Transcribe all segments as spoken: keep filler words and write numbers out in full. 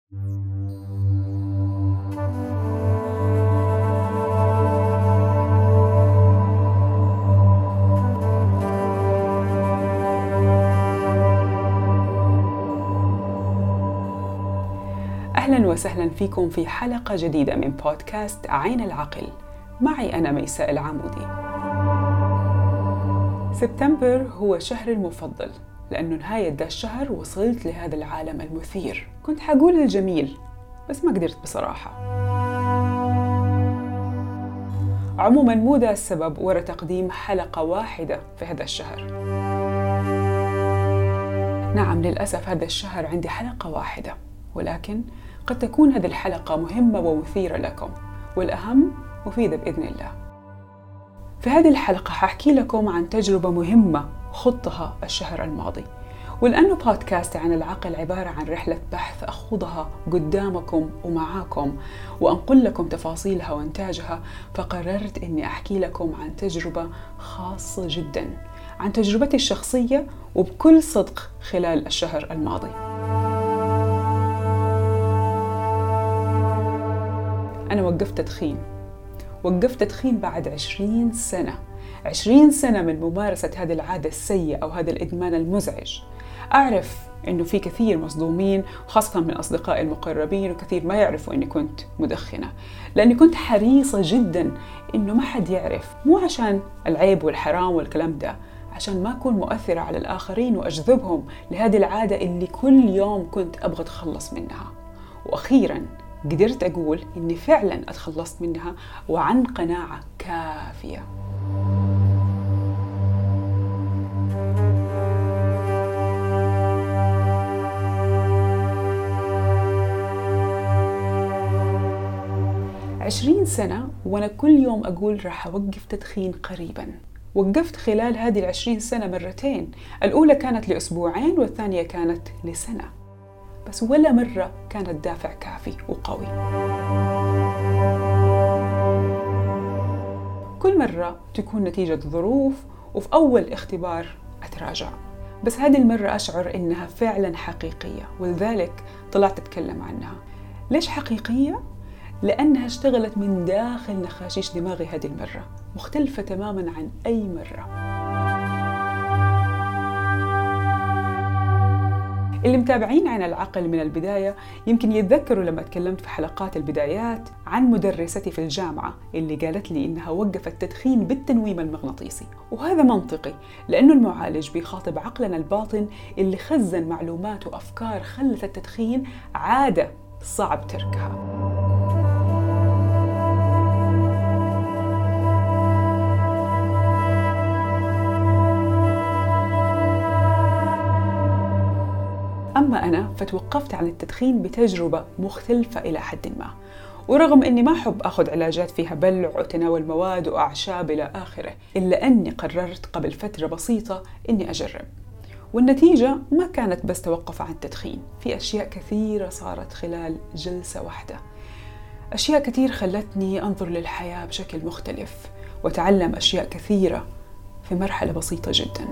أهلاً وسهلاً فيكم في حلقة جديدة من بودكاست عين العقل. معي أنا ميساء العمودي. سبتمبر هو شهري المفضل لأنه نهاية ده الشهر وصلت لهذا العالم المثير. كنت حقول الجميل بس ما قدرت بصراحة. عموماً مو ده السبب وراء تقديم حلقة واحدة في هذا الشهر. نعم للأسف هذا الشهر عندي حلقة واحدة، ولكن قد تكون هذه الحلقة مهمة ومثيرة لكم، والأهم مفيدة بإذن الله. في هذه الحلقة حأحكي لكم عن تجربة مهمة خضتها الشهر الماضي، ولأنه بودكاست عن العقل عبارة عن رحلة بحث أخوضها قدامكم ومعاكم وأنقل لكم تفاصيلها وإنتاجها، فقررت أني أحكي لكم عن تجربة خاصة جدا، عن تجربتي الشخصية وبكل صدق خلال الشهر الماضي. أنا وقفت تدخين وقفت تدخين بعد عشرين سنة عشرين سنة من ممارسة هذه العادة السيئة أو هذا الإدمان المزعج. أعرف إنه في كثير مصدومين خاصة من أصدقائي المقربين، وكثير ما يعرفوا إني كنت مدخنة، لأني كنت حريصة جدا إنه ما حد يعرف، مو عشان العيب والحرام والكلام ده، عشان ما أكون مؤثرة على الآخرين وأجذبهم لهذه العادة اللي كل يوم كنت أبغى أتخلص منها. وأخيراً قدرت أقول إني فعلاً أتخلصت منها وعن قناعة كافية. عشرين سنة وأنا كل يوم أقول راح أوقف تدخين قريباً. وقفت خلال هذه العشرين سنة مرتين، الأولى كانت لأسبوعين والثانية كانت لسنة، بس ولا مرة كانت دافع كافي وقوي. كل مرة تكون نتيجة ظروف، وفي أول اختبار أتراجع، بس هذه المرة أشعر إنها فعلا حقيقية، ولذلك طلعت أتكلم عنها. ليش حقيقية؟ لأنها اشتغلت من داخل نخاشيش دماغي هذه المرة، مختلفة تماما عن أي مرة. اللي متابعين عن العقل من البداية يمكن يتذكروا لما تكلمت في حلقات البدايات عن مدرستي في الجامعة اللي قالت لي إنها وقفت التدخين بالتنويم المغناطيسي. وهذا منطقي، لأنه المعالج بيخاطب عقلنا الباطن اللي خزن معلومات وأفكار خلت التدخين عادة صعب تركها. أما أنا فتوقفت عن التدخين بتجربة مختلفة إلى حد ما، ورغم أني ما أحب أخذ علاجات فيها بلع وتناول مواد وأعشاب إلى آخره، إلا أني قررت قبل فترة بسيطة أني أجرب. والنتيجة ما كانت بس توقف عن التدخين، في أشياء كثيرة صارت خلال جلسة واحدة، أشياء كثير خلتني أنظر للحياة بشكل مختلف وأتعلم أشياء كثيرة في مرحلة بسيطة جداً.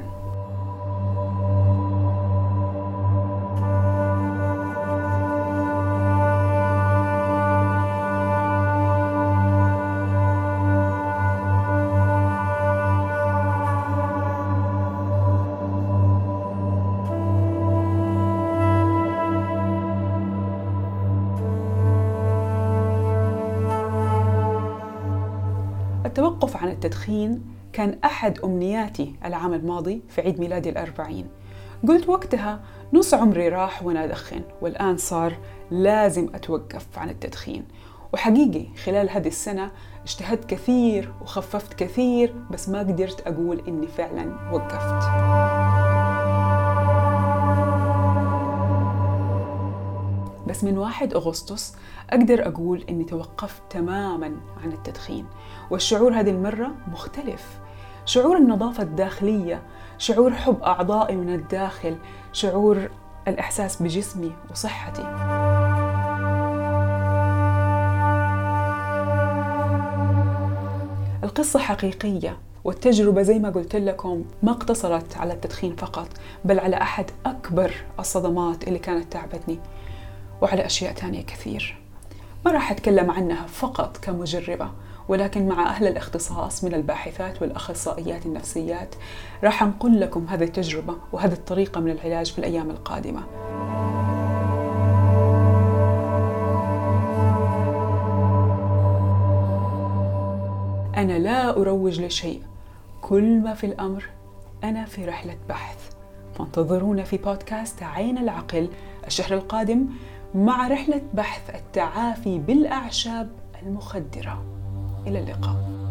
التوقف عن التدخين كان أحد أمنياتي العام الماضي في عيد ميلادي الأربعين. قلت وقتها نص عمري راح وأنا أدخن، والآن صار لازم أتوقف عن التدخين. وحقيقي خلال هذه السنة اجتهدت كثير وخففت كثير، بس ما قدرت أقول إني فعلا وقفت. بس من واحد أغسطس أقدر أقول إني توقفت تماماً عن التدخين، والشعور هذه المرة مختلف. شعور النظافة الداخلية، شعور حب أعضائي من الداخل، شعور الإحساس بجسمي وصحتي. القصة حقيقية، والتجربة زي ما قلت لكم ما اقتصرت على التدخين فقط، بل على أحد أكبر الصدمات اللي كانت تعبتني. وعلى أشياء تانية كثير ما راح أتكلم عنها فقط كمجربة، ولكن مع أهل الاختصاص من الباحثات والأخصائيات النفسيات راح أنقل لكم هذه التجربة وهذه الطريقة من العلاج في الأيام القادمة. أنا لا أروج لشيء، كل ما في الأمر أنا في رحلة بحث، فانتظرونا في بودكاست عين العقل الشهر القادم مع رحلة بحث التعافي بالأعشاب المخدرة. إلى اللقاء.